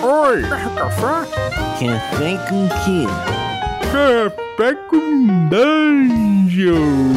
Oi! Quer café? Café com quê? Café com Dungeon!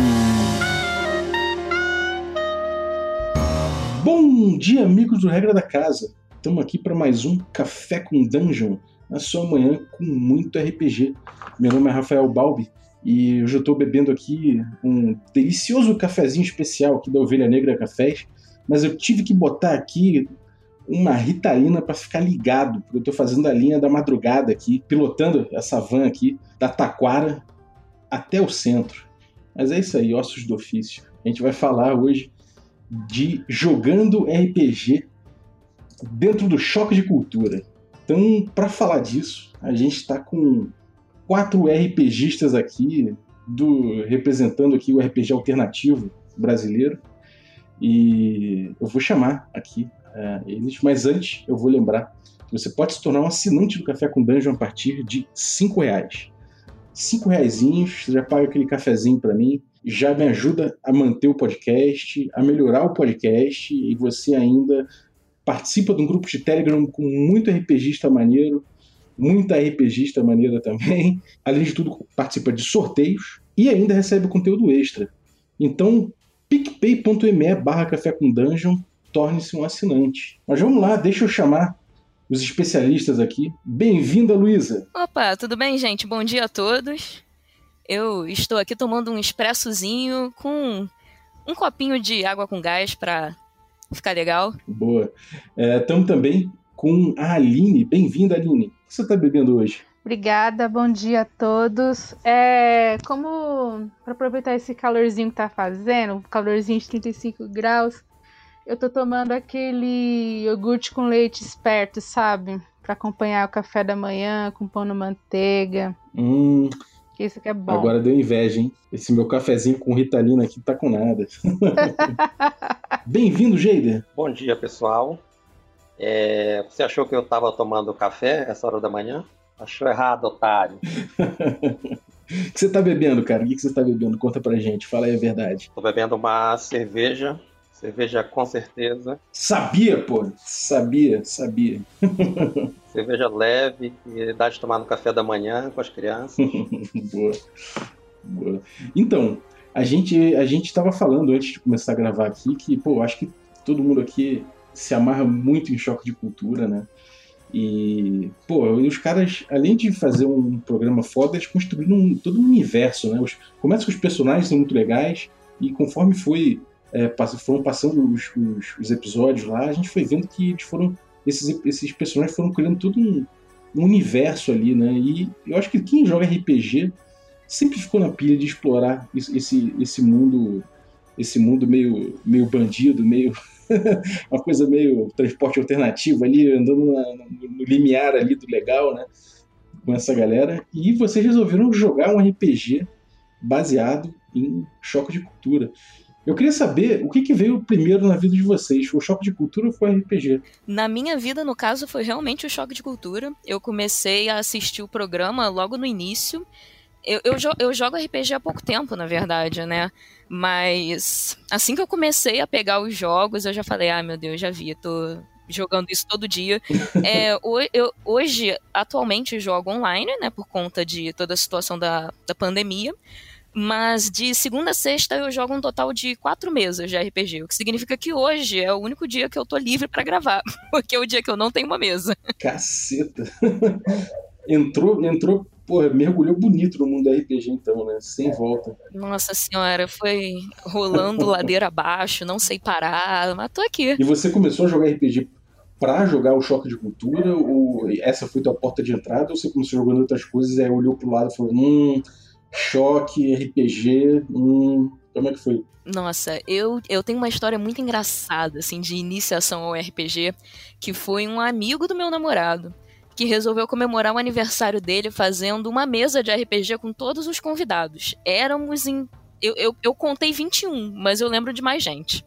Bom dia, amigos do Regra da Casa! Estamos aqui para mais um Café com Dungeon, na sua manhã com muito RPG. Meu nome é Rafael Balbi e hoje eu estou bebendo aqui um delicioso cafezinho especial aqui da Ovelha Negra Cafés, mas eu tive que botar aqui uma Ritalina para ficar ligado, porque eu estou fazendo a linha da madrugada aqui, pilotando essa van aqui, da Taquara até o centro. Mas é isso aí, ossos do ofício. A gente vai falar hoje de jogando RPG dentro do choque de cultura. Então, para falar disso, a gente está com 4 RPGistas aqui, representando aqui o RPG alternativo brasileiro. E eu vou chamar aqui eles, mas antes eu vou lembrar que você pode se tornar um assinante do Café com Dungeon a partir de R$5. R$5, você já paga aquele cafezinho para mim, já me ajuda a manter o podcast, a melhorar o podcast, e você ainda participa de um grupo de Telegram com muito RPGista maneiro, muita RPGista maneira também. Além de tudo, participa de sorteios e ainda recebe conteúdo extra. Então, picpay.me/café com Dungeon, torne-se um assinante. Mas vamos lá, deixa eu chamar os especialistas aqui. Bem-vinda, Luísa! Opa, tudo bem, gente? Bom dia a todos. Eu estou aqui tomando um expressozinho com um copinho de água com gás para ficar legal. Boa. Estamos também com a Aline. Bem-vinda, Aline. O que você está bebendo hoje? Obrigada, bom dia a todos. Como para aproveitar esse calorzinho que tá fazendo, calorzinho de 35 graus, eu tô tomando aquele iogurte com leite esperto, sabe? Para acompanhar o café da manhã com pão na manteiga. Que isso que é bom. Agora deu inveja, hein? Esse meu cafezinho com Ritalina aqui tá com nada. Bem-vindo, Geider. Bom dia, pessoal. Você achou que eu tava tomando café essa hora da manhã? Achou errado, otário. O que você tá bebendo, cara? O que você tá bebendo? Conta pra gente, fala aí a verdade. Tô bebendo uma cerveja com certeza. Sabia, pô! Sabia. Cerveja leve, que dá de tomar no café da manhã com as crianças. Boa. Então, a gente tava falando antes de começar a gravar aqui que, pô, acho que todo mundo aqui se amarra muito em choque de cultura, né? E, pô, os caras, além de fazer um programa foda, eles construíram todo um universo, né? Começa com os personagens, são muito legais, e conforme foram passando os episódios lá, a gente foi vendo que esses personagens foram criando todo um universo ali, né? E eu acho que quem joga RPG sempre ficou na pilha de explorar esse mundo meio bandido, meio uma coisa meio transporte alternativo ali, andando no limiar ali do legal, né? Com essa galera. E vocês resolveram jogar um RPG baseado em choque de cultura. Eu queria saber o que veio primeiro na vida de vocês. Foi o choque de cultura ou foi o RPG? Na minha vida, no caso, foi realmente o choque de cultura. Eu comecei a assistir o programa logo no início. Eu jogo RPG há pouco tempo, na verdade, né? Mas assim que eu comecei a pegar os jogos, eu já falei, meu Deus, já vi, tô jogando isso todo dia. Hoje, atualmente, jogo online, né? Por conta de toda a situação da pandemia. Mas de segunda a sexta eu jogo um total de 4 mesas de RPG, o que significa que hoje é o único dia que eu tô livre pra gravar, porque é o dia que eu não tenho uma mesa. Caceta! Entrou, porra, mergulhou bonito no mundo da RPG então, né? Sem volta. Nossa senhora, foi rolando ladeira abaixo, não sei parar, mas tô aqui. E você começou a jogar RPG pra jogar o choque de cultura? Ou essa foi tua porta de entrada? Ou você começou jogando outras coisas e aí olhou pro lado e falou, choque, RPG, como é que foi? Nossa, eu tenho uma história muito engraçada, assim, de iniciação ao RPG, que foi um amigo do meu namorado, que resolveu comemorar o aniversário dele fazendo uma mesa de RPG com todos os convidados. Éramos em... Eu contei 21, mas eu lembro de mais gente.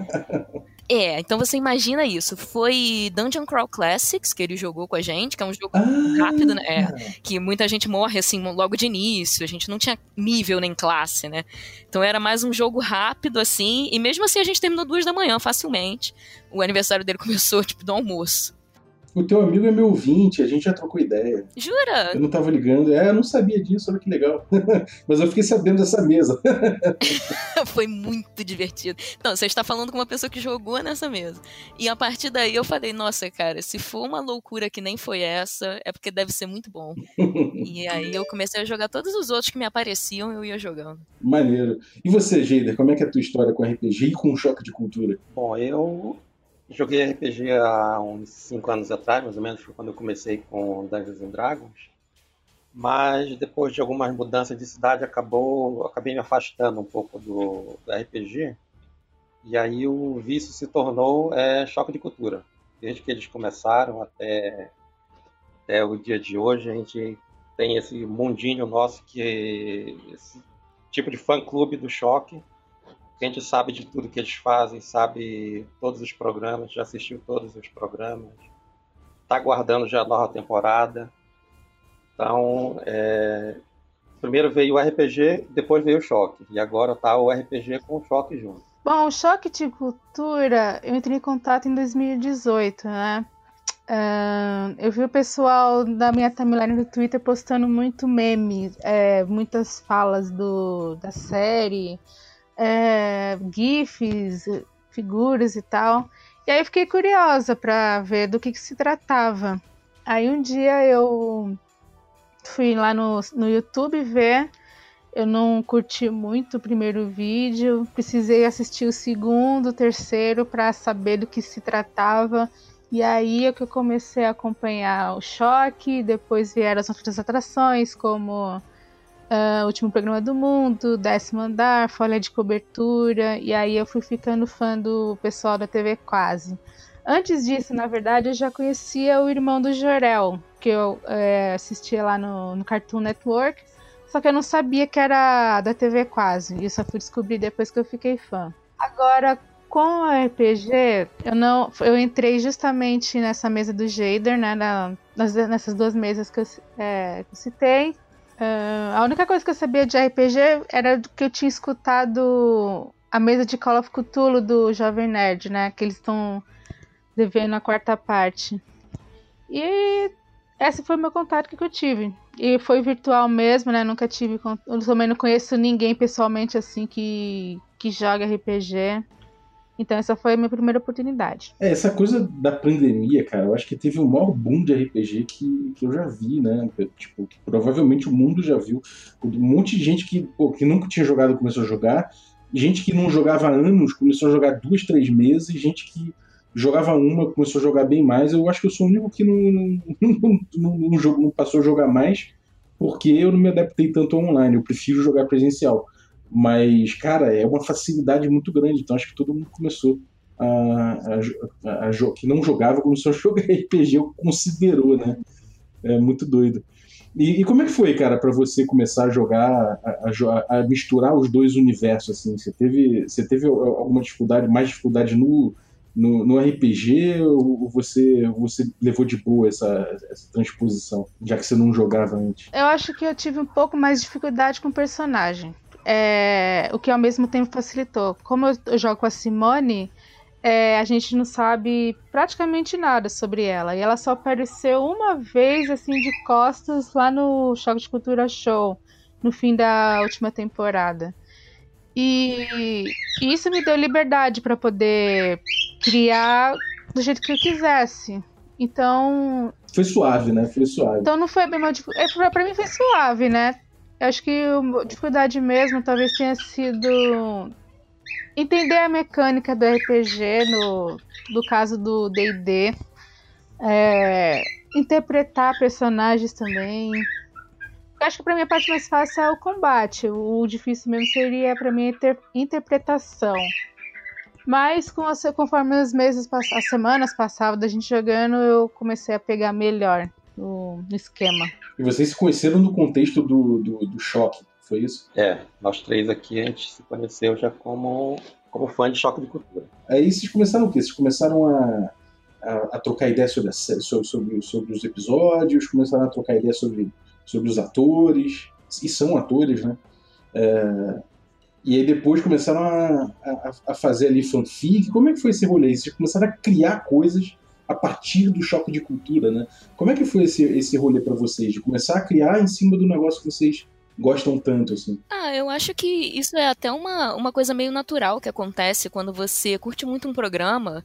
Então você imagina isso. Foi Dungeon Crawl Classics que ele jogou com a gente, que é um jogo rápido, né? Que muita gente morre assim logo de início. A gente não tinha nível nem classe, né? Então era mais um jogo rápido assim. E mesmo assim a gente terminou 2 da manhã facilmente. O aniversário dele começou tipo do almoço. O teu amigo é meu ouvinte, a gente já trocou ideia. Jura? Eu não tava ligando. Eu não sabia disso, olha que legal. Mas eu fiquei sabendo dessa mesa. Foi muito divertido. Não, você está falando com uma pessoa que jogou nessa mesa. E a partir daí eu falei, nossa, cara, se for uma loucura que nem foi essa, é porque deve ser muito bom. E aí eu comecei a jogar todos os outros que me apareciam, eu ia jogando. Maneiro. E você, Geider, como é que é a tua história com RPG e com choque de cultura? Bom, eu joguei RPG há uns 5 anos atrás, mais ou menos, foi quando eu comecei com Dungeons and Dragons. Mas depois de algumas mudanças de cidade, acabei me afastando um pouco do RPG. E aí o vício se tornou choque de cultura. Desde que eles começaram até o dia de hoje, a gente tem esse mundinho nosso, esse tipo de fã-clube do choque. A gente sabe de tudo que eles fazem, sabe todos os programas, já assistiu todos os programas, está aguardando já a nova temporada. Então, primeiro veio o RPG, depois veio o choque. E agora está o RPG com o choque junto. Bom, o choque de cultura, eu entrei em contato em 2018, né? Eu vi o pessoal da minha timeline do Twitter postando muito meme, muitas falas da série, GIFs, figuras e tal. E aí eu fiquei curiosa para ver do que se tratava. Aí um dia eu fui lá no YouTube ver. Eu não curti muito o primeiro vídeo, precisei assistir o segundo, o terceiro para saber do que se tratava. E aí é que eu comecei a acompanhar o choque, depois vieram as outras atrações, como o Último Programa do Mundo, 10º Andar, Folha de Cobertura, e aí eu fui ficando fã do pessoal da TV Quase. Antes disso, na verdade, eu já conhecia o irmão do Jorel, que eu assistia lá no Cartoon Network, só que eu não sabia que era da TV Quase, e só fui descobrir depois que eu fiquei fã. Agora, com o RPG, eu entrei justamente nessa mesa do Geider, né, nessas duas mesas que eu citei. A única coisa que eu sabia de RPG era que eu tinha escutado a mesa de Call of Cthulhu do Jovem Nerd, né, que eles estão devendo a 4ª parte. E esse foi o meu contato que eu tive. E foi virtual mesmo, né? Nunca tive. Eu também não conheço ninguém pessoalmente assim que joga RPG. Então essa foi a minha primeira oportunidade. Essa coisa da pandemia, cara, eu acho que teve o maior boom de RPG que eu já vi, né? Tipo, que provavelmente o mundo já viu. Um monte de gente que nunca tinha jogado começou a jogar. Gente que não jogava há anos começou a jogar 2, 3 meses. Gente que jogava começou a jogar bem mais. Eu acho que eu sou o único que não passou a jogar mais, porque eu não me adaptei tanto ao online. Eu prefiro jogar presencial. Mas, cara, é uma facilidade muito grande. Então acho que todo mundo começou que não jogava, começou a jogar RPG, considerou, né? É muito doido. E como é que foi, cara, pra você começar a jogar, a misturar os dois universos, assim? Você teve alguma dificuldade, mais dificuldade no RPG, ou você levou de boa essa transposição, já que você não jogava antes? Eu acho que eu tive um pouco mais de dificuldade com o personagem. O que ao mesmo tempo facilitou. Como eu jogo com a Simone, a gente não sabe praticamente nada sobre ela. E ela só apareceu uma vez, assim, de costas, lá no Choque de Cultura Show, no fim da última temporada. E isso me deu liberdade para poder criar do jeito que eu quisesse. Então... Foi suave, né? Foi suave. Então não foi bem uma dificuldade. Pra mim foi suave, né? Eu acho que a dificuldade mesmo talvez tenha sido entender a mecânica do RPG, no caso do D&D. Interpretar personagens também. Eu acho que pra mim a parte mais fácil é o combate. O difícil mesmo seria pra mim a interpretação. Mas conforme as semanas passavam da gente jogando, eu comecei a pegar melhor no esquema. E vocês se conheceram no contexto do choque, foi isso? Nós três aqui a gente se conheceu já como fã de Choque de Cultura. Aí vocês começaram o quê? Vocês começaram a trocar ideia sobre os episódios, começaram a trocar ideia sobre os atores, e são atores, né? E aí depois começaram a fazer ali fanfic. Como é que foi esse rolê? Vocês começaram a criar coisas a partir do choque de cultura, né? Como é que foi esse rolê para vocês, de começar a criar em cima do negócio que vocês gostam tanto, assim? Eu acho que isso é até uma coisa meio natural que acontece quando você curte muito um programa.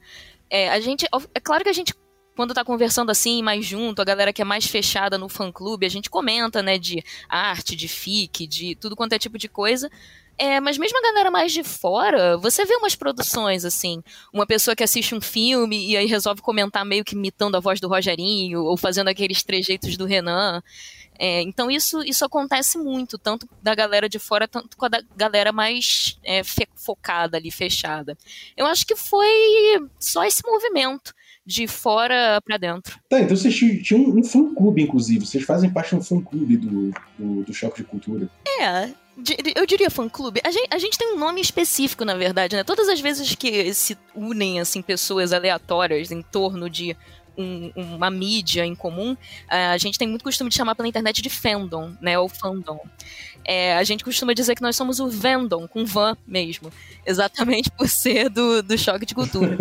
É claro que a gente, quando tá conversando assim, mais junto, a galera que é mais fechada no fã-clube, a gente comenta, né, de arte, de fic, de tudo quanto é tipo de coisa. Mas mesmo a galera mais de fora, você vê umas produções, assim, uma pessoa que assiste um filme e aí resolve comentar meio que imitando a voz do Rogerinho, ou fazendo aqueles trejeitos do Renan. Então isso acontece muito, tanto da galera de fora, tanto com a da galera mais focada ali, fechada. Eu acho que foi só esse movimento de fora pra dentro. Tá, então vocês tinham um fã-clube, inclusive. Vocês fazem parte de um fã-clube do Choque de Cultura. Eu diria fã-clube. A gente tem um nome específico, na verdade, né? Todas as vezes que se unem, assim, pessoas aleatórias em torno de uma mídia em comum, a gente tem muito costume de chamar pela internet de fandom, né? Ou fandom. A gente costuma dizer que nós somos o Vandom, com van mesmo. Exatamente por ser do Choque de Cultura.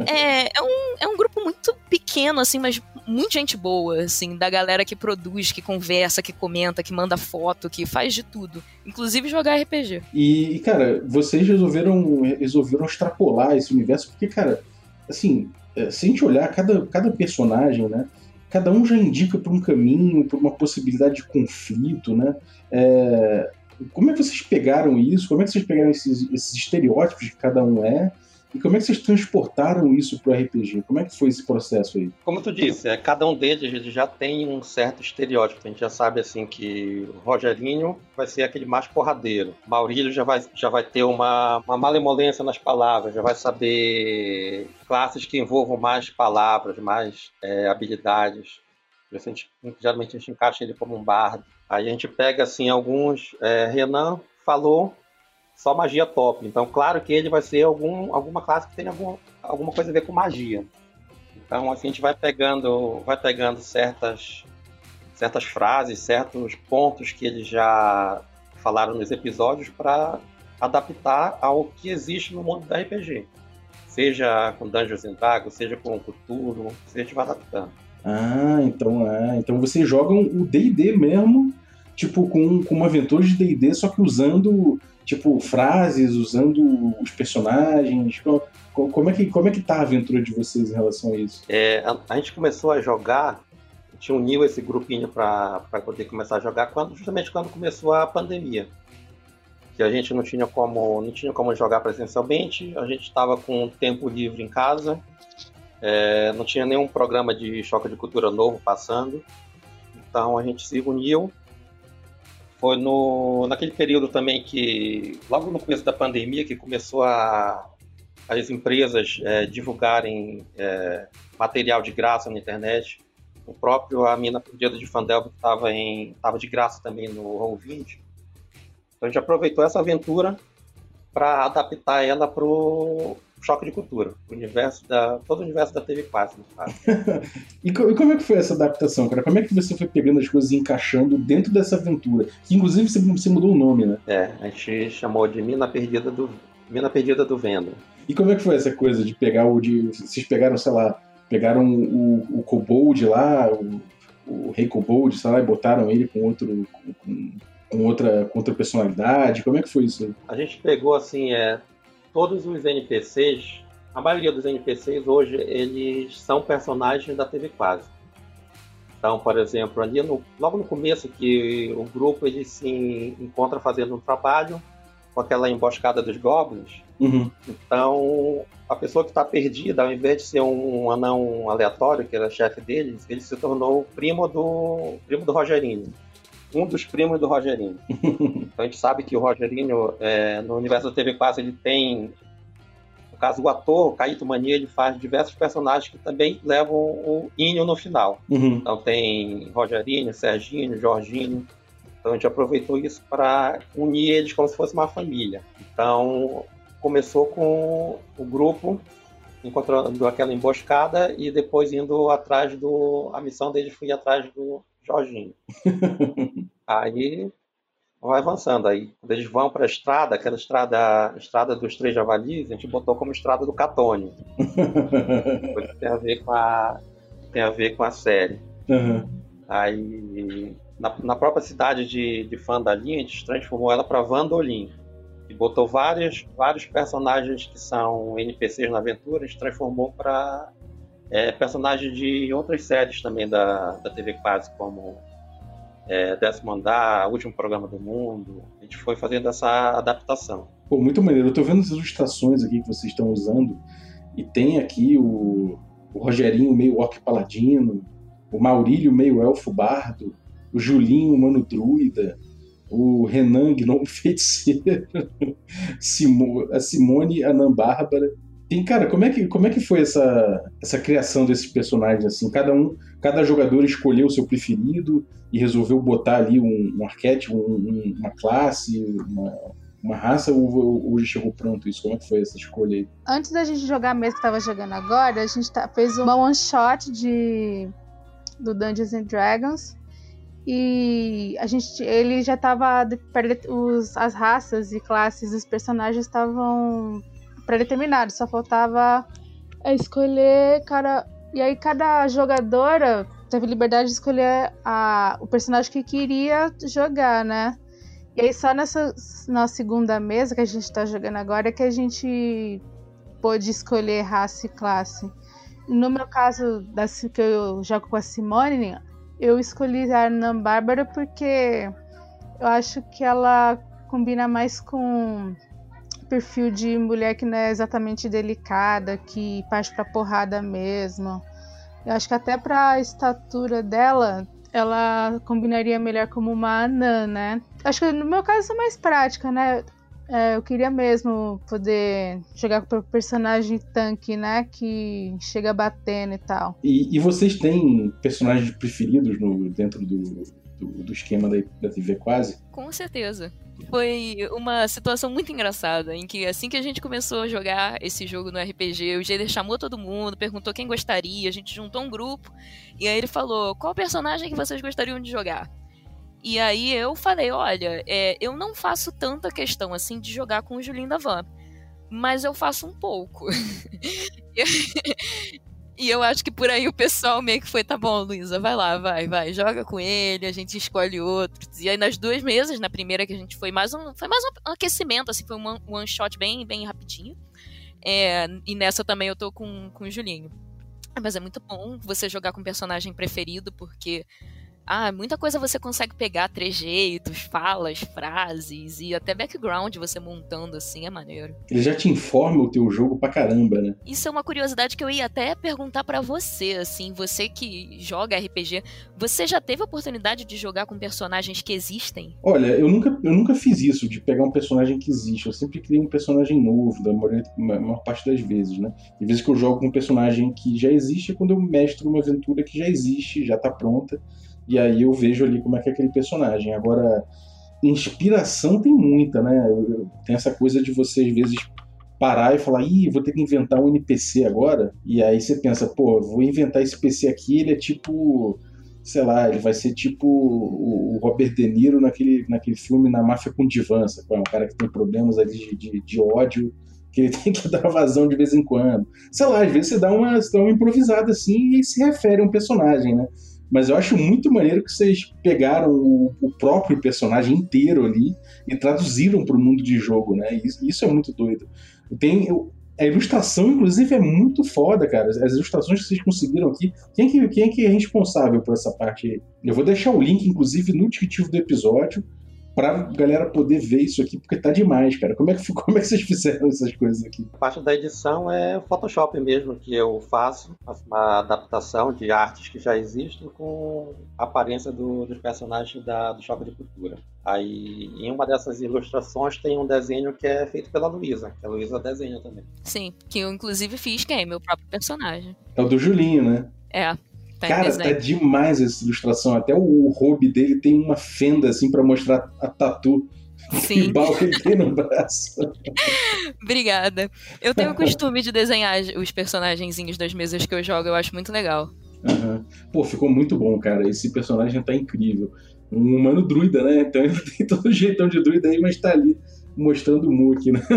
É um grupo muito pequeno, assim, mas muita gente boa, assim, da galera que produz, que conversa, que comenta, que manda foto, que faz de tudo. Inclusive jogar RPG. E cara, vocês resolveram extrapolar esse universo, porque, cara, assim, se a gente olhar cada personagem, né? Cada um já indica por um caminho, por uma possibilidade de conflito, né? Como é que vocês pegaram isso? Como é que vocês pegaram esses estereótipos que cada um é? E como é que vocês transportaram isso pro RPG? Como é que foi esse processo aí? Como tu disse, cada um deles já tem um certo estereótipo. A gente já sabe assim que o Rogerinho vai ser aquele mais porradeiro. Maurílio já vai ter uma malemolência nas palavras, já vai saber classes que envolvam mais palavras, mais habilidades. Geralmente a gente encaixa ele como um bardo. Aí a gente pega assim alguns... Renan falou só magia top. Então, claro que ele vai ser alguma classe que tenha alguma coisa a ver com magia. Então, assim, a gente vai pegando certas frases, certos pontos que eles já falaram nos episódios para adaptar ao que existe no mundo do RPG. Seja com Dungeons & Dragons, seja com Cthulhu, a gente vai adaptando. Então vocês jogam o D&D mesmo, tipo, com uma aventura de D&D, só que usando... tipo, frases, usando os personagens. Como é que tá a aventura de vocês em relação a isso? A gente começou a jogar, a gente uniu esse grupinho para poder começar a jogar justamente quando começou a pandemia. Que a gente não tinha como jogar presencialmente, a gente estava com tempo livre em casa, não tinha nenhum programa de Choque de Cultura novo passando, então a gente se uniu. Foi naquele período também que, logo no começo da pandemia, que começou as empresas divulgarem material de graça na internet. O próprio A Mina Perdida de Fandelver estava de graça também no Roll20. Então a gente aproveitou essa aventura para adaptar ela para o Choque de Cultura, todo o universo da TV Quase, no caso. E como é que foi essa adaptação, cara? Como é que você foi pegando as coisas e encaixando dentro dessa aventura? Que inclusive você mudou o nome, né? A gente chamou de Mina Perdida do Vendo. E como é que foi essa coisa de pegar vocês pegaram, sei lá, o Kobold lá, o Rei Kobold, sei lá, e botaram ele com outra personalidade? Como é que foi isso aí? A gente pegou, assim, todos os NPCs, a maioria dos NPCs hoje, eles são personagens da TV Quase. Então, por exemplo, ali logo no começo que o grupo ele se encontra fazendo um trabalho com aquela emboscada dos goblins. Uhum. Então, a pessoa que está perdida, ao invés de ser um anão aleatório, que era chefe deles, ele se tornou primo do Rogerinho. Um dos primos do Rogerinho. Então a gente sabe que o Rogerinho, no universo da TV Quase, ele tem... No caso, o ator, Caíto Mania, ele faz diversos personagens que também levam o Inho no final. Uhum. Então tem Rogerinho, Serginho, Jorginho. Então a gente aproveitou isso para unir eles como se fosse uma família. Então começou com o grupo encontrando aquela emboscada e depois indo atrás a missão deles foi ir atrás do Jorginho. Aí vai avançando. Aí, quando eles vão para a estrada, aquela estrada dos Três Javalis, a gente botou como estrada do Catone. Tem a ver com a série. Uhum. Aí, na própria cidade de Phandalin, a gente transformou ela para Vandolin. E botou vários personagens que são NPCs na aventura, a gente transformou para personagens de outras séries também da TV Quase, como Décimo Andar, O Último Programa do Mundo. A gente foi fazendo essa adaptação. Pô, muito maneiro. Eu tô vendo as ilustrações aqui que vocês estão usando, e tem aqui o Rogerinho meio orc paladino, o Maurílio meio elfo bardo, o Julinho humano druida, o Renan gnomo feiticeiro, a Simone anã bárbara. Tem, cara, como é que foi essa criação desses personagens assim? Cada jogador escolheu o seu preferido e resolveu botar ali um arquétipo, uma classe, uma raça, ou chegou pronto isso? Como é que foi essa escolha aí? Antes da gente jogar mesmo que tava jogando agora, a gente fez uma one shot do Dungeons and Dragons. E ele já tava as raças e classes dos personagens estavam pré-determinados, só faltava escolher, cara. E aí cada jogadora teve liberdade de escolher o personagem que queria jogar, né? E aí só na segunda mesa que a gente tá jogando agora é que a gente pôde escolher raça e classe. No meu caso, que eu jogo com a Simone, eu escolhi a Anã Bárbara porque eu acho que ela combina mais com o perfil de mulher que não é exatamente delicada, que parte pra porrada mesmo. Eu acho que até pra estatura dela, ela combinaria melhor como uma anã, né? Acho que no meu caso eu sou mais prática, né? Eu queria mesmo poder jogar com o personagem tanque, né? Que chega batendo e tal. E vocês têm personagens preferidos dentro do esquema da TV Quase? Com certeza. Foi uma situação muito engraçada, em que assim que a gente começou a jogar esse jogo no RPG, o Jader chamou todo mundo, perguntou quem gostaria, a gente juntou um grupo, e aí ele falou, qual personagem que vocês gostariam de jogar? E aí eu falei, olha, eu não faço tanta questão assim de jogar com o Julinho da Van, mas eu faço um pouco. E eu acho que por aí o pessoal meio que foi, tá bom, Luísa, vai lá, vai, joga com ele, a gente escolhe outros. E aí nas duas mesas, na primeira que a gente foi mais um aquecimento, assim, foi um one shot bem, bem rapidinho. E nessa também eu tô com o Julinho. Mas é muito bom você jogar com o personagem preferido, porque muita coisa você consegue pegar trejeitos, falas, frases e até background você montando assim, é maneiro. Ele já te informa o teu jogo pra caramba, né? Isso é uma curiosidade que eu ia até perguntar pra você, assim, você que joga RPG, você já teve a oportunidade de jogar com personagens que existem? Olha, eu nunca fiz isso, de pegar um personagem que existe. Eu sempre criei um personagem novo, da maior parte das vezes, né? Às vezes que eu jogo com um personagem que já existe é quando eu mestro uma aventura que já existe, já tá pronta. E aí eu vejo ali como é que é aquele personagem. Agora, inspiração tem muita, né? Tem essa coisa de você, às vezes, parar e falar, vou ter que inventar um NPC agora. E aí você pensa, vou inventar esse PC aqui, ele é tipo, sei lá, ele vai ser tipo o Robert De Niro naquele filme Na Máfia com Divã, sabe? Um cara que tem problemas ali de ódio, que ele tem que dar vazão de vez em quando. Sei lá, às vezes você dá uma improvisada assim e se refere a um personagem, né? Mas eu acho muito maneiro que vocês pegaram o próprio personagem inteiro ali e traduziram para o mundo de jogo, né? Isso é muito doido. A ilustração, inclusive, é muito foda, cara. As ilustrações que vocês conseguiram aqui. Quem é que é responsável por essa parte aí? Eu vou deixar o link, inclusive, no descritivo do episódio, pra galera poder ver isso aqui, porque tá demais, cara. Como é que vocês fizeram essas coisas aqui? A parte da edição é Photoshop mesmo, que eu faço uma adaptação de artes que já existem com a aparência dos personagens do Choque de Cultura. Aí, em uma dessas ilustrações tem um desenho que é feito pela Luísa, que a Luísa desenha também. Sim, que eu inclusive fiz, que é meu próprio personagem. É o do Julinho, né? Cara, tá demais essa ilustração. Até o hobby dele tem uma fenda assim pra mostrar a tatu tribal que ele tem no braço. Obrigada. Eu tenho o costume de desenhar os personagenzinhos das mesas que eu jogo, eu acho muito legal. Aham. Pô, ficou muito bom, cara. Esse personagem tá incrível. Um humano druida, né? Então ele tem todo o jeitão de druida aí, mas tá ali mostrando o Mook, né?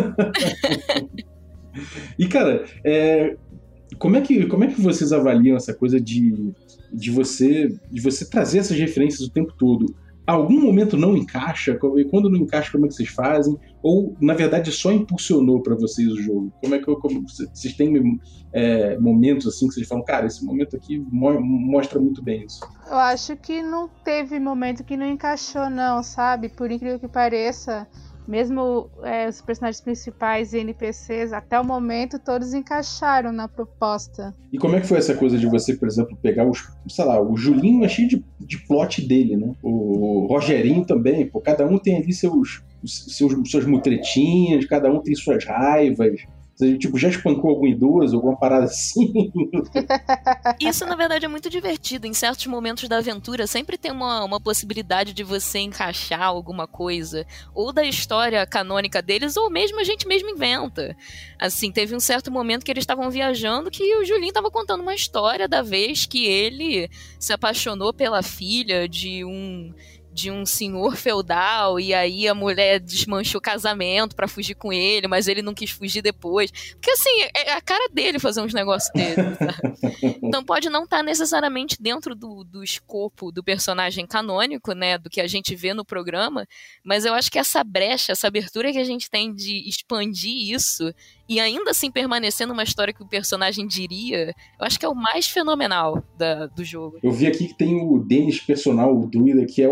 E, cara, como é que vocês avaliam essa coisa de você trazer essas referências o tempo todo? Algum momento não encaixa? E quando não encaixa, como é que vocês fazem? Ou, na verdade, só impulsionou pra vocês o jogo? Como vocês têm momentos assim que vocês falam, cara, esse momento aqui mostra muito bem isso? Eu acho que não teve momento que não encaixou, não, sabe? Por incrível que pareça, mesmo os personagens principais e NPCs, até o momento, todos encaixaram na proposta. E como é que foi essa coisa de você, por exemplo, pegar o Julinho é cheio de plot dele, né? O Rogerinho também, pô, cada um tem ali suas mutretinhas, cada um tem suas raivas. Você, tipo, já espancou algum idoso, alguma parada assim? Isso, na verdade, é muito divertido. Em certos momentos da aventura, sempre tem uma possibilidade de você encaixar alguma coisa, ou da história canônica deles, ou mesmo a gente mesmo inventa. Assim, teve um certo momento que eles estavam viajando que o Julinho estava contando uma história da vez que ele se apaixonou pela filha de um senhor feudal, e aí a mulher desmanchou o casamento pra fugir com ele, mas ele não quis fugir depois. Porque assim, é a cara dele fazer uns negócios dele, sabe? Então pode não estar necessariamente dentro do escopo do personagem canônico, né, do que a gente vê no programa, mas eu acho que essa brecha, essa abertura que a gente tem de expandir isso e ainda assim permanecer numa história que o personagem diria, eu acho que é o mais fenomenal do jogo. Eu vi aqui que tem o Denis personal, o druida, que é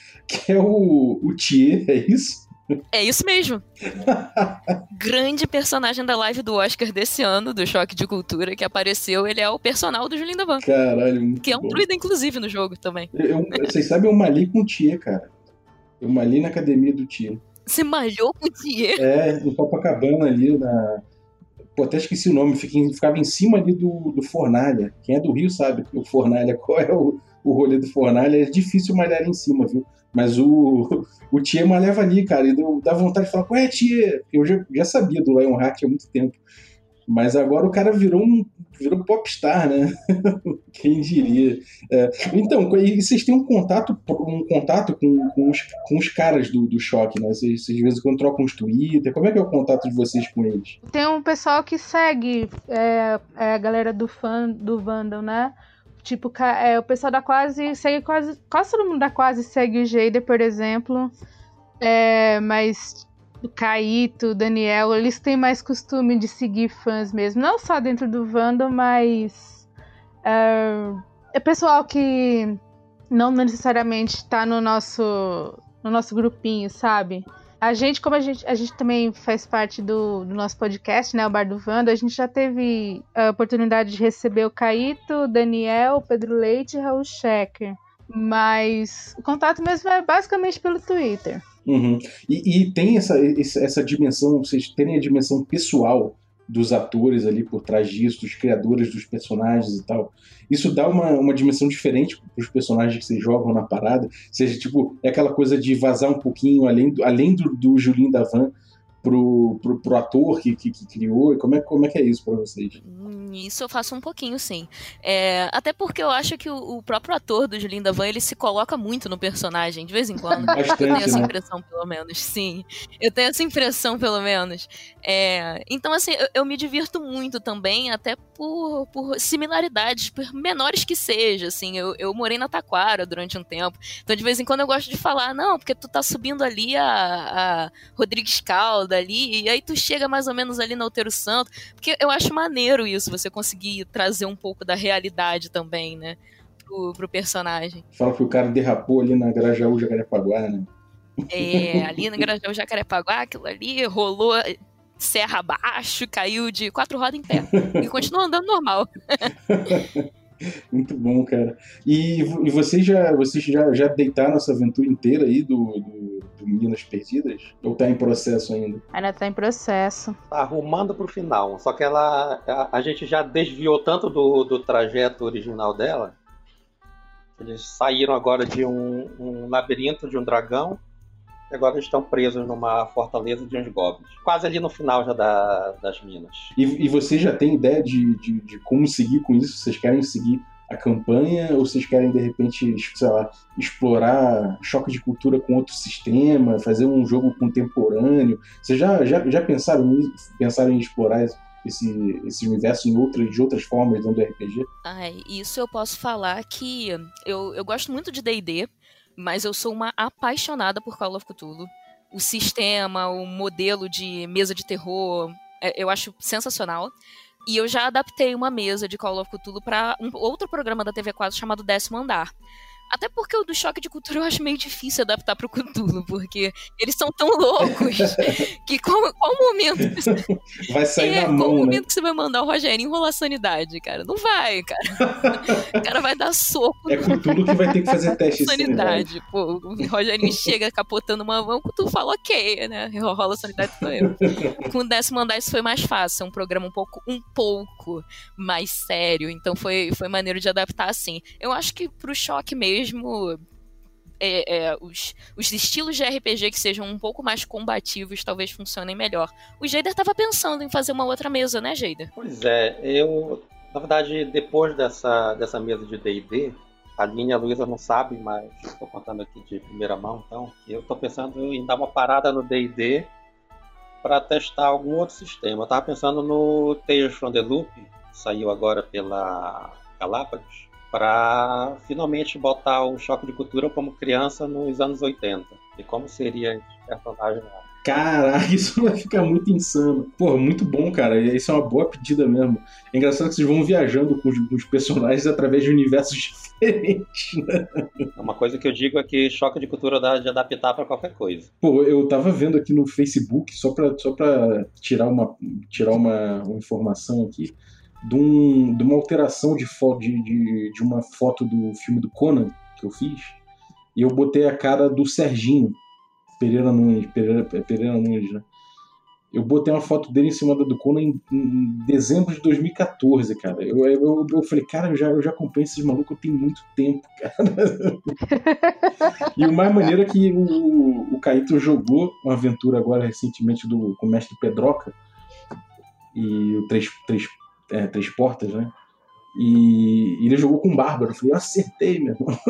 o Thier, é isso? É isso mesmo. Grande personagem da live do Oscar desse ano, do Choque de Cultura, que apareceu, ele é o personal do Julinho da Van. Caralho, muito que é um bom. druida, inclusive, no jogo também. Vocês sabem, eu malhei com o Thier, cara. Eu malhei na academia do Thier. Você malhou com o Thier? No Copacabana ali, Pô, até esqueci o nome, ficava em cima ali do Fornalha. Quem é do Rio sabe o Fornalha, qual é o rolê do Fornalha. É difícil malhar em cima, viu? Mas o Thier malhava ali, cara, e dá vontade de falar, ué, Thier, eu já sabia do Lionheart há muito tempo. Mas agora o cara virou popstar, né? Quem diria? Então, e vocês têm um contato com os caras do Choque, né? Vocês de vez em quando trocam uns Twitter. Como é que é o contato de vocês com eles? Tem um pessoal que segue a galera do Vandal, né? Tipo, o pessoal da Quase segue quase todo mundo da Quase segue o Jader, por exemplo. Mas o Kaito, o Daniel, eles têm mais costume de seguir fãs mesmo. Não só dentro do Vandal, mas é pessoal que não necessariamente está no nosso grupinho, sabe? A gente também faz parte do nosso podcast, né, o Bar do Vandal, a gente já teve a oportunidade de receber o Kaito, o Daniel, o Pedro Leite e o Raul Schecker. Mas o contato mesmo é basicamente pelo Twitter. Uhum. E tem essa dimensão, vocês terem a dimensão pessoal dos atores ali por trás disso, dos criadores dos personagens e tal. Isso dá uma dimensão diferente para os personagens que vocês jogam na parada. Ou seja, tipo, é aquela coisa de vazar um pouquinho além do Julinho da Van pro ator que criou. Como é que é isso para vocês? Isso eu faço um pouquinho, sim. Até porque eu acho que o próprio ator do Julinho da Van, ele se coloca muito no personagem, de vez em quando. Bastante, eu tenho essa né? impressão, pelo menos. Sim, eu tenho essa impressão, pelo menos. Então, assim, eu me divirto muito também, até por similaridades, por menores que seja, assim. Eu morei na Taquara durante um tempo, então de vez em quando eu gosto de falar, não, porque tu tá subindo ali a Rodrigues Calda ali, e aí tu chega mais ou menos ali no Outeiro Santo, porque eu acho maneiro isso, você conseguir trazer um pouco da realidade também, né, pro personagem. Fala que o cara derrapou ali na Grajaú Jacarepaguá, né? Ali na Grajaú Jacarepaguá, aquilo ali rolou serra abaixo, caiu de 4 rodas em pé, e continua andando normal. Muito bom, cara. E vocês já deitaram essa aventura inteira aí do Minas Perdidas? Ou tá em processo ainda? Ainda tá em processo. Tá arrumando pro final. Só que a gente já desviou tanto do trajeto original dela. Eles saíram agora de um labirinto de um dragão. E agora eles estão presos numa fortaleza de uns goblins. Quase ali no final já das minas. E você já tem ideia de como seguir com isso? Vocês querem seguir a campanha, ou vocês querem, de repente, sei lá, explorar choque de cultura com outro sistema, fazer um jogo contemporâneo? Vocês já pensaram em explorar esse universo de outras formas dentro do RPG? Isso eu posso falar que eu gosto muito de D&D, mas eu sou uma apaixonada por Call of Cthulhu. O sistema, o modelo de mesa de terror, eu acho sensacional. E eu já adaptei uma mesa de Call of Cthulhu para um outro programa da TV4 chamado Décimo Andar. Até porque o do Choque de Cultura eu acho meio difícil adaptar pro Cthulhu, porque eles são tão loucos que qual momento... Vai sair na mão, qual né? momento que você vai mandar o Rogerinho rolar sanidade, cara? Não vai, cara. O cara vai dar soco. É Cthulhu que vai ter que fazer teste de sanidade. Pô, o Rogerinho chega capotando uma mão, o Cthulhu fala ok, né? Rola sanidade, sou eu. Com o Décimo Andar isso foi mais fácil, é um programa um pouco mais sério, então foi maneiro de adaptar assim. Eu acho que pro Choque mesmo, os estilos de RPG que sejam um pouco mais combativos talvez funcionem melhor. O Jeider estava pensando em fazer uma outra mesa, né, Jeider? Pois é, na verdade, depois dessa mesa de D&D, a Aline e a Luísa não sabem, mas estou contando aqui de primeira mão, então, que eu estou pensando em dar uma parada no D&D para testar algum outro sistema. Eu estava pensando no Tales from the Loop, que saiu agora pela Galápagos, para finalmente botar o Choque de Cultura como criança nos anos 80. E como seria esse personagem lá? Caraca, isso vai ficar muito insano. Pô, muito bom, cara. Isso é uma boa pedida mesmo. É engraçado que vocês vão viajando com os personagens através de universos diferentes, né? Uma coisa que eu digo é que Choque de Cultura dá de adaptar para qualquer coisa. Pô, eu tava vendo aqui no Facebook, só pra tirar uma informação aqui, de uma alteração de uma foto do filme do Conan que eu fiz, e eu botei a cara do Serginho Pereira Nunes, né? Eu botei uma foto dele em cima da do Conan em dezembro de 2014, cara. Eu falei, cara, eu já acompanho esses malucos tem muito tempo, cara. E o mais maneiro é que o Caíto jogou uma aventura agora recentemente com o Mestre Pedroca, e o Três Portas, né? E ele jogou com o Bárbaro. Eu falei, eu acertei, meu irmão.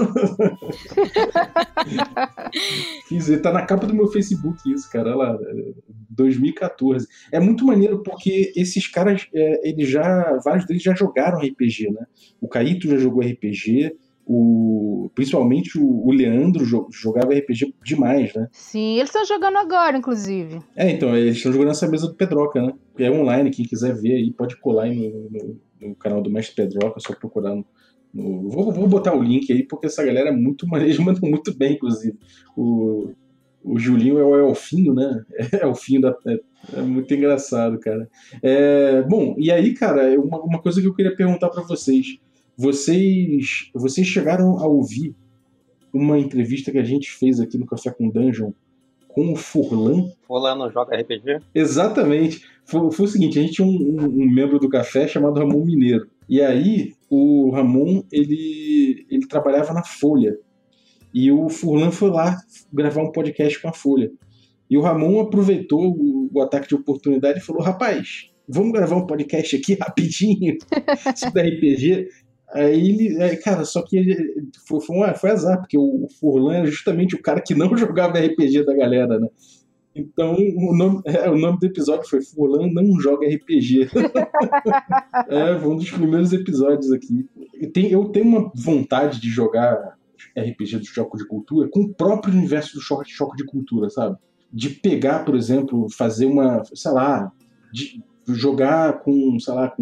Tá na capa do meu Facebook isso, cara. Olha lá, 2014. É muito maneiro porque esses caras, vários deles já jogaram RPG, né? O Caíto já jogou RPG, principalmente o Leandro jogava RPG demais, né? Sim, eles estão jogando agora, inclusive. Então, eles estão jogando essa mesa do Pedroca, né? É online, quem quiser ver aí pode colar aí no canal do Mestre Pedroca, é só procurar Vou botar o link aí, porque essa galera é muito maneira, eles mandam muito bem, inclusive. O Julinho é o Elfinho, né? É o Elfinho é muito engraçado, cara. Bom, e aí, cara, uma coisa que eu queria perguntar pra vocês. Vocês chegaram a ouvir uma entrevista que a gente fez aqui no Café com Dungeon com o Furlan? Furlan não joga RPG? Exatamente. Foi o seguinte, a gente tinha um membro do café chamado Ramon Mineiro. E aí, o Ramon, ele trabalhava na Folha. E o Furlan foi lá gravar um podcast com a Folha. E o Ramon aproveitou o ataque de oportunidade e falou, rapaz, vamos gravar um podcast aqui rapidinho sobre RPG? Aí cara, só que foi azar, porque o Furlan era justamente o cara que não jogava RPG da galera, né? Então, o nome do episódio foi Furlan Não Joga RPG. Foi um dos primeiros episódios aqui. Eu tenho uma vontade de jogar RPG do Choque de Cultura com o próprio universo do Choque de Cultura, sabe? De pegar, por exemplo, fazer uma, sei lá, de jogar com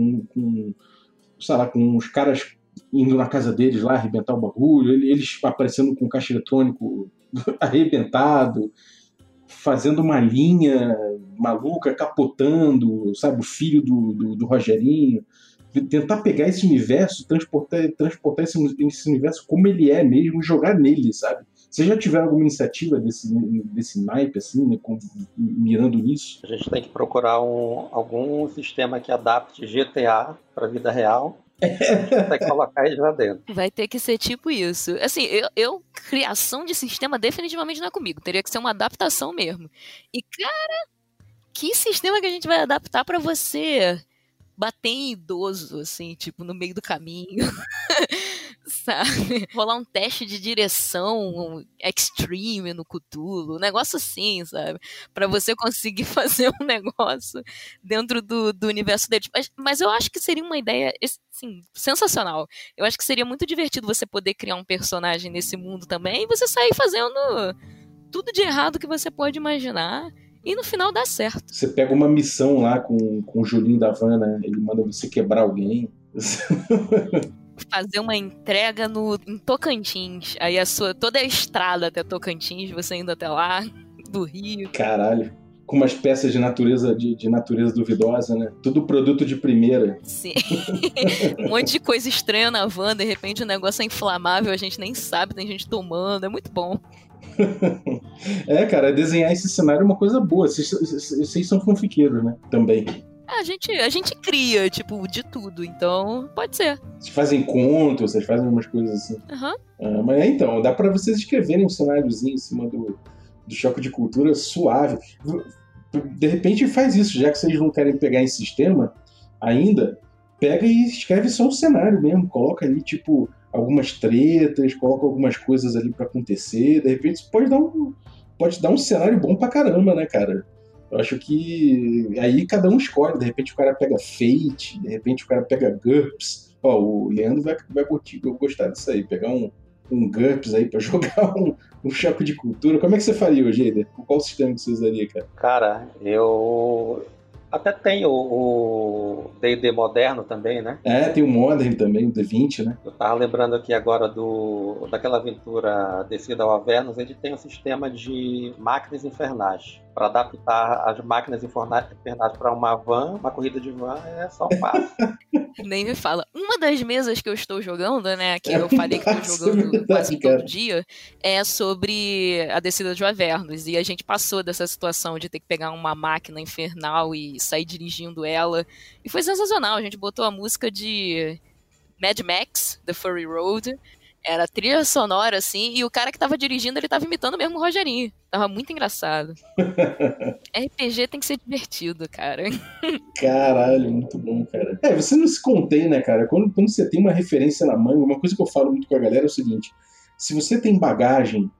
os caras indo na casa deles lá, arrebentar o bagulho, eles aparecendo com o caixa eletrônico arrebentado, fazendo uma linha maluca, capotando, sabe, o filho do Rogerinho. Tentar pegar esse universo, transportar esse universo como ele é mesmo e jogar nele, sabe? Vocês já tiveram alguma iniciativa desse naipe, assim, né, mirando nisso? A gente tem que procurar algum sistema que adapte GTA para a vida real. Tem que colocar eles lá dentro. Vai ter que ser tipo isso. Assim, criação de sistema definitivamente não é comigo. Teria que ser uma adaptação mesmo. E, cara, que sistema que a gente vai adaptar pra você bater em idoso, assim, tipo, no meio do caminho? sabe? Rolar um teste de direção extreme no Cthulhu, um negócio assim, sabe? Pra você conseguir fazer um negócio dentro do universo deles. Mas eu acho que seria uma ideia, assim, sensacional. Eu acho que seria muito divertido você poder criar um personagem nesse mundo também e você sair fazendo tudo de errado que você pode imaginar e no final dá certo. Você pega uma missão lá com o Julinho da Havana, ele manda você quebrar alguém. Fazer uma entrega em Tocantins. Aí toda a estrada até Tocantins, você indo até lá, do Rio. Caralho. Com umas peças de natureza duvidosa, né? Tudo produto de primeira. Sim. Um monte de coisa estranha na van, de repente o negócio é inflamável, a gente nem sabe, tem gente tomando, é muito bom. Cara, desenhar esse cenário é uma coisa boa. Vocês são fanfiqueiros, né? Também. A gente cria, tipo, de tudo, então pode ser. Vocês fazem contos, vocês fazem umas coisas assim. Mas então, dá pra vocês escreverem um cenáriozinho em cima do Choque de Cultura suave. De repente faz isso, já que vocês não querem pegar em sistema ainda, pega e escreve só o cenário mesmo. Coloca ali, tipo, algumas tretas, coloca algumas coisas ali pra acontecer. De repente isso pode dar um cenário bom pra caramba, né, cara? Eu acho que aí cada um escolhe. De repente o cara pega Fate, de repente o cara pega GURPS. O Leandro vai gostar disso aí. Pegar um GURPS aí pra jogar um Choque de Cultura. Como é que você faria, Geider? Qual sistema que você usaria, cara? Cara, eu até tenho o D&D moderno também, né? Tem o Modern também, o D20, né? Eu tava lembrando aqui agora daquela aventura Descida ao Avernus, ele tem um sistema de máquinas infernais. Para adaptar as máquinas infernais para uma corrida de van é só um passo. Nem me fala. Uma das mesas que eu estou jogando, né, que eu falei que estou jogando quase todo dia, é sobre a Descida de Avernus. E a gente passou dessa situação de ter que pegar uma máquina infernal e sair dirigindo ela. E foi sensacional. A gente botou a música de Mad Max, The Fury Road. Era trilha sonora, assim, e o cara que tava dirigindo, ele tava imitando mesmo o Rogerinho. Tava muito engraçado. RPG tem que ser divertido, cara. Caralho, muito bom, cara. Você não se contém, né, cara? Quando você tem uma referência na manga, uma coisa que eu falo muito com a galera é o seguinte: se você tem bagagem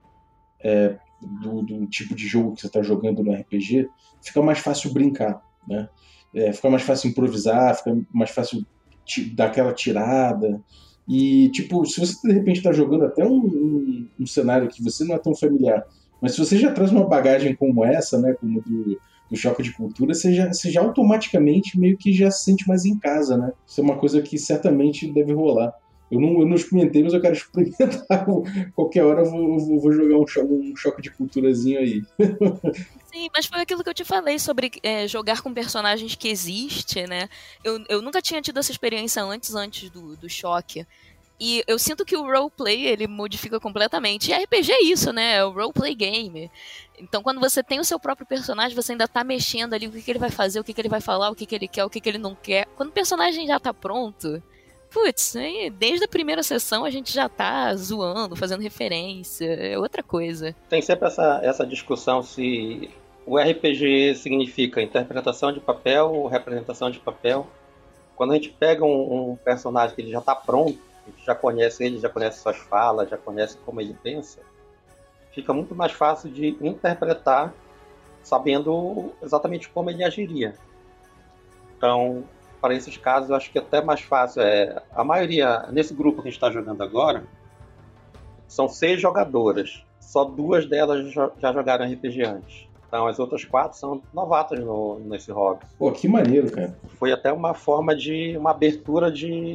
do tipo de jogo que você tá jogando no RPG, fica mais fácil brincar, né? Fica mais fácil improvisar, fica mais fácil dar aquela tirada. E, tipo, se você de repente está jogando até um cenário que você não é tão familiar, mas se você já traz uma bagagem como essa, né, como do Choque de Cultura, você já automaticamente meio que já se sente mais em casa, né? Isso é uma coisa que certamente deve rolar. Eu não experimentei, mas eu quero experimentar. Qualquer hora eu vou jogar um Choque de Culturazinho aí. Sim, mas foi aquilo que eu te falei sobre jogar com personagens que existe, né? Eu nunca tinha tido essa experiência antes do Choque. E eu sinto que o roleplay, ele modifica completamente. E RPG é isso, né? É o roleplay game. Então, quando você tem o seu próprio personagem, você ainda tá mexendo ali o que ele vai fazer, o que ele vai falar, o que ele quer, o que ele não quer. Quando o personagem já tá pronto, putz, desde a primeira sessão a gente já tá zoando, fazendo referência, é outra coisa. Tem sempre essa discussão se o RPG significa interpretação de papel ou representação de papel. Quando a gente pega um personagem que ele já tá pronto, a gente já conhece ele, já conhece suas falas, já conhece como ele pensa, fica muito mais fácil de interpretar sabendo exatamente como ele agiria. Então, para esses casos, eu acho que é até mais fácil. A maioria, nesse grupo que a gente está jogando agora, são 6 jogadoras. Só 2 delas já jogaram RPG antes. Então, as outras 4 são novatas nesse hobby. Pô, que maneiro, cara. Foi até uma forma de uma abertura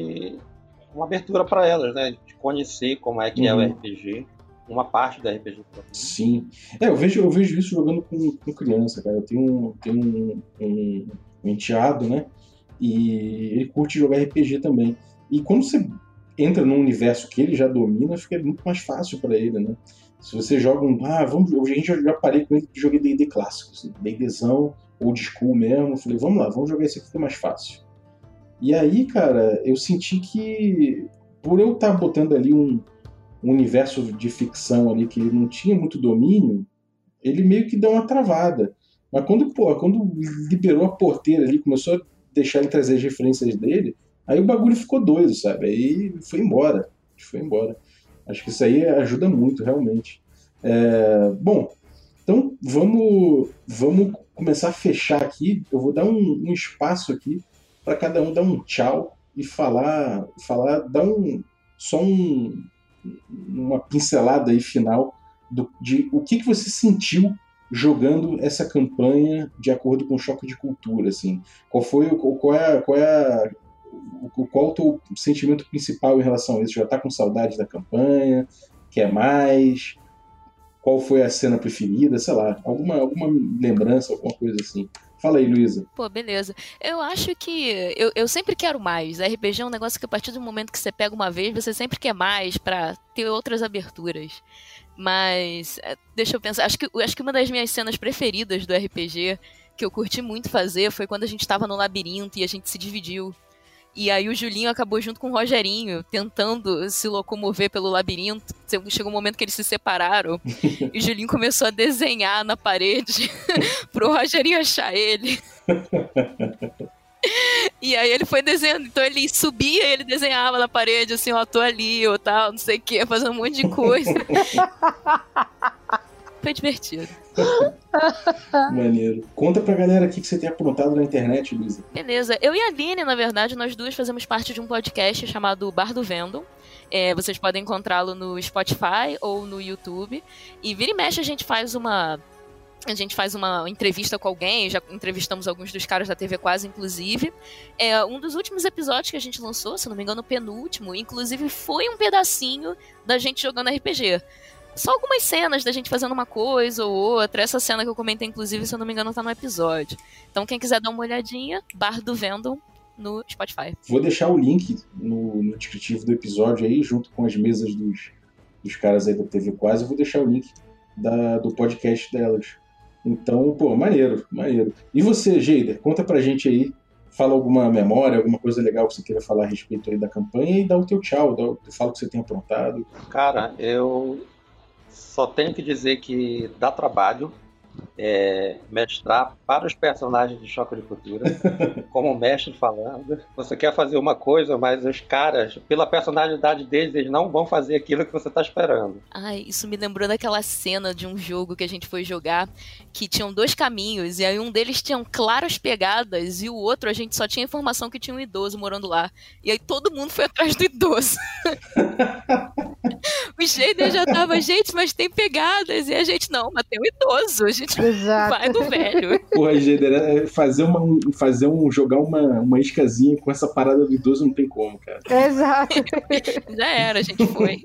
para elas, né? De conhecer como é que é o RPG. Uma parte do RPG. Sim. Eu vejo isso jogando com criança, cara. Eu tenho um enteado, né? E ele curte jogar RPG também. E quando você entra num universo que ele já domina, fica muito mais fácil para ele, né? Se você joga a gente já parei com ele que joguei D&D clássico, assim, D&Dzão, old school mesmo. Falei, vamos lá, vamos jogar esse aqui que é mais fácil. E aí, cara, eu senti que por eu estar botando ali um universo de ficção ali que ele não tinha muito domínio, ele meio que deu uma travada. Mas quando liberou a porteira ali, começou a deixar ele trazer as referências dele, aí o bagulho ficou doido, sabe? Aí foi embora. foi embora. Acho que isso aí ajuda muito, realmente. Bom, então vamos começar a fechar aqui. Eu vou dar um espaço aqui para cada um dar um tchau e falar dar uma pincelada aí final de o que você sentiu jogando essa campanha de acordo com o Choque de Cultura, assim. Qual é o teu sentimento principal em relação a isso? Já tá com saudade da campanha? Quer mais? Qual foi a cena preferida? Sei lá, alguma lembrança, alguma coisa assim. Fala aí, Luísa. Pô, beleza. Eu acho que eu sempre quero mais. RPG é um negócio que a partir do momento que você pega uma vez, você sempre quer mais pra ter outras aberturas. Mas, deixa eu pensar, acho que uma das minhas cenas preferidas do RPG, que eu curti muito fazer, foi quando a gente tava no labirinto e a gente se dividiu. E aí o Julinho acabou junto com o Rogerinho, tentando se locomover pelo labirinto. Chegou um momento que eles se separaram. E o Julinho começou a desenhar na parede pro Rogerinho achar ele. E aí ele foi desenhando. Então ele subia e ele desenhava na parede, assim, ó, tô ali, ou tal, não sei o que, fazendo um monte de coisa. Foi divertido. Maneiro. Conta pra galera o que você tem aprontado na internet, Luísa. Beleza. Eu e a Aline, na verdade, nós duas fazemos parte de um podcast chamado Bar do Vendom. Vocês podem encontrá-lo no Spotify ou no YouTube. E vira e mexe a gente faz uma entrevista com alguém, já entrevistamos alguns dos caras da TV Quase, inclusive. Um dos últimos episódios que a gente lançou, se não me engano, o penúltimo, inclusive foi um pedacinho da gente jogando RPG. Só algumas cenas da gente fazendo uma coisa ou outra. Essa cena que eu comentei, inclusive, se eu não me engano, tá no episódio. Então, quem quiser dar uma olhadinha, Bar do Vendom no Spotify. Vou deixar o link no descritivo do episódio aí, junto com as mesas dos caras aí da TV Quase. Eu vou deixar o link do podcast delas. Então, pô, maneiro. E você, Geider, conta pra gente aí. Fala alguma memória, alguma coisa legal que você queira falar a respeito aí da campanha e dá o teu tchau, fala o que você tem aprontado. Cara, eu só tenho que dizer que dá trabalho mestrar para os personagens de Choque de Cultura, como mestre falando. Você quer fazer uma coisa, mas os caras, pela personalidade deles, eles não vão fazer aquilo que você está esperando. Ai, isso me lembrou daquela cena de um jogo que a gente foi jogar, que tinham dois caminhos, e aí um deles tinha claras pegadas, e o outro a gente só tinha informação que tinha um idoso morando lá. E aí todo mundo foi atrás do idoso. O Geider já tava, gente, mas tem pegadas, e a gente, não, mas tem um idoso, a gente vai do velho. Porra, Geider, jogar uma iscazinha com essa parada do idoso não tem como, cara. Exato. Já era, a gente foi.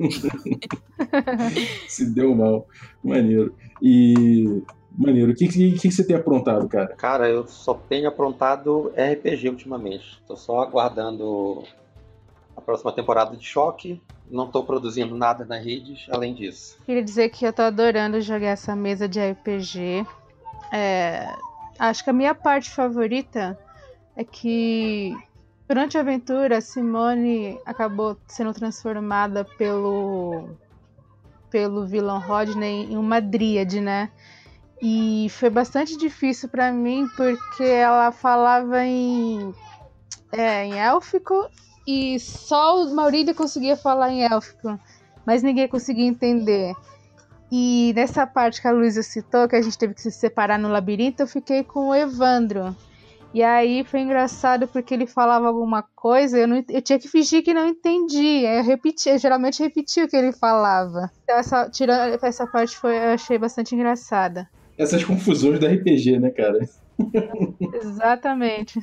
Se deu mal. Maneiro. Maneiro. O que você tem aprontado, cara? Cara, eu só tenho aprontado RPG ultimamente. Tô só aguardando a próxima temporada de Choque. Não tô produzindo nada nas redes, além disso. Queria dizer que eu tô adorando jogar essa mesa de RPG. Acho que a minha parte favorita é que durante a aventura a Simone acabou sendo transformada pelo vilão Rodney em uma dríade, né? E foi bastante difícil pra mim porque ela falava em élfico e só o Maurílio conseguia falar em élfico, mas ninguém conseguia entender. E nessa parte que a Luísa citou, que a gente teve que se separar no labirinto, eu fiquei com o Evandro. E aí foi engraçado porque ele falava alguma coisa, eu tinha que fingir que não entendi. Eu geralmente repetia o que ele falava. Então tirando essa parte eu achei bastante engraçada. Essas confusões do RPG, né, cara? Exatamente.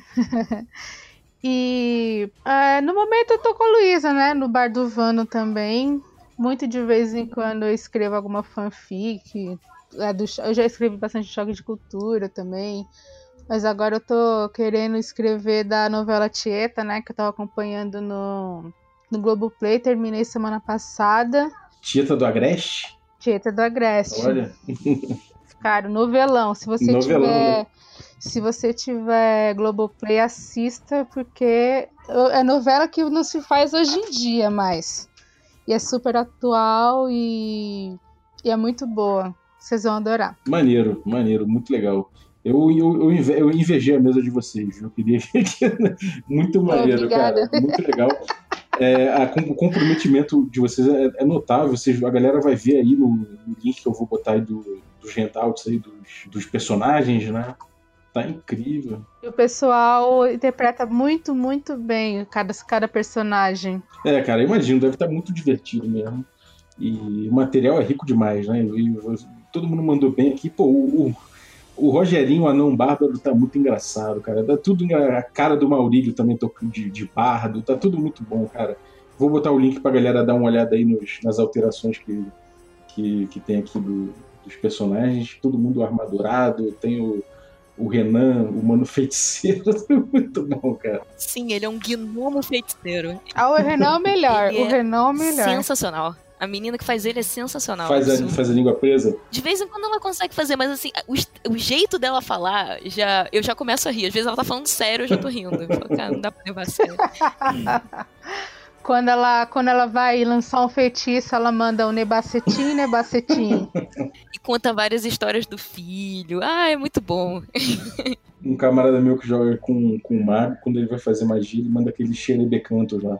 E no momento eu tô com a Luísa, né? No Bar do Vano também. Muito de vez em quando eu escrevo alguma fanfic. Eu já escrevi bastante Choque de Cultura também. Mas agora eu tô querendo escrever da novela Tieta, né? Que eu tava acompanhando no Globoplay. Terminei semana passada. Tieta do Agreste? Tieta do Agreste. Olha. Cara, novelão. Se você tiver Globoplay, assista, porque é novela que não se faz hoje em dia mais. E é super atual e é muito boa. Vocês vão adorar. Maneiro, muito legal. Eu invejei a mesa de vocês, eu queria... Muito maneiro, obrigada. Cara. Muito legal. O comprometimento de vocês é notável. A galera vai ver aí no link que eu vou botar aí dos handouts aí dos personagens, né? Tá incrível. E o pessoal interpreta muito, muito bem cada personagem. Cara, imagino, deve estar muito divertido mesmo. E o material é rico demais, né? Todo mundo mandou bem aqui. Pô, o Rogerinho, o Anão Bárbaro, tá muito engraçado, cara. Tá tudo a cara do Maurílio também tocando de bardo. Tá tudo muito bom, cara. Vou botar o link pra galera dar uma olhada aí nas alterações que tem aqui dos personagens. Todo mundo armadurado. Tem o Renan, o Mano Feiticeiro. Muito bom, cara. Sim, ele é um gnomo feiticeiro. O Renan é o melhor. Ele o Renan é o melhor. Sensacional. A menina que faz ele é sensacional. Faz a língua presa? De vez em quando ela consegue fazer, mas assim, o jeito dela falar, eu já começo a rir. Às vezes ela tá falando sério, eu já tô rindo. Eu falo, cara, não dá pra levar a sério. Quando ela vai lançar um feitiço, ela manda um nebacetim. E conta várias histórias do filho. É muito bom. Um camarada meu que joga com o mago, quando ele vai fazer magia, ele manda aquele xerebecanto lá.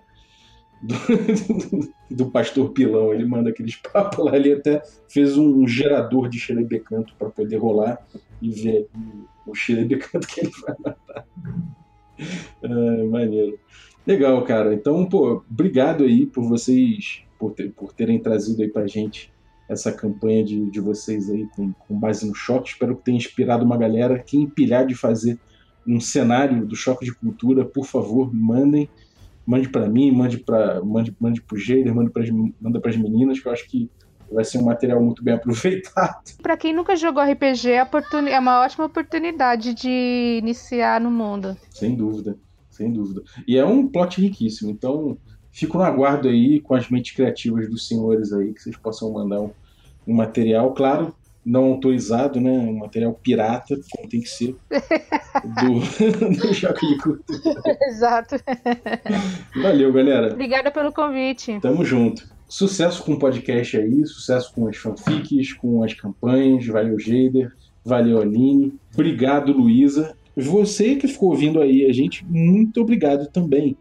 Do pastor Pilão, ele manda aqueles papos lá. Ele até fez um gerador de xerebecanto para poder rolar e ver o xerebecanto que ele vai matar. Maneiro. Legal, cara. Então, pô, obrigado aí por vocês por terem trazido aí pra gente essa campanha de vocês aí com base no Choque. Espero que tenha inspirado uma galera. Quem empilhar de fazer um cenário do Choque de Cultura, por favor, mandem. Mande para mim, mande pro Geiler, manda para as meninas, que eu acho que vai ser um material muito bem aproveitado. Para quem nunca jogou RPG, é uma ótima oportunidade de iniciar no mundo. Sem dúvida. E é um plot riquíssimo, então fico no aguardo aí com as mentes criativas dos senhores aí, que vocês possam mandar um material, claro, não autorizado, né? Um material pirata, como tem que ser, do Choque de Cultura. Exato. Valeu, galera. Obrigada pelo convite. Tamo junto. Sucesso com o podcast aí, sucesso com as fanfics, com as campanhas. Valeu, Geider. Valeu, Aline. Obrigado, Luísa. Você que ficou ouvindo aí a gente, muito obrigado também.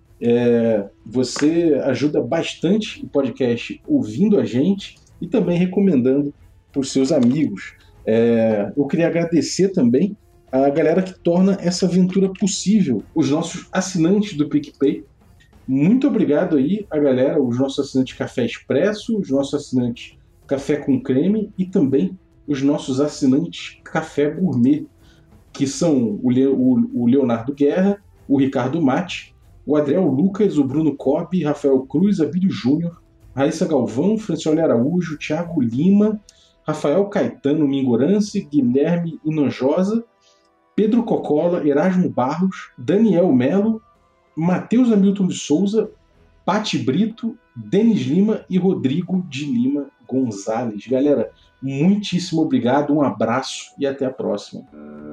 Você ajuda bastante o podcast ouvindo a gente e também recomendando para os seus amigos. Eu queria agradecer também a galera que torna essa aventura possível, os nossos assinantes do PicPay. Muito obrigado aí a galera, os nossos assinantes Café Expresso, os nossos assinantes Café com Creme e também os nossos assinantes Café Gourmet, que são o Leonardo Guerra, o Ricardo Mate, o Adriel Lucas, o Bruno Cobb, Rafael Cruz, Abílio Júnior, Raíssa Galvão, Francione Araújo, Thiago Lima, Rafael Caetano Mingorance, Guilherme Inojosa, Pedro Cocola, Erasmo Barros, Daniel Melo, Matheus Hamilton de Souza, Pati Brito, Denis Lima e Rodrigo de Lima Gonzalez. Galera, muitíssimo obrigado, um abraço e até a próxima.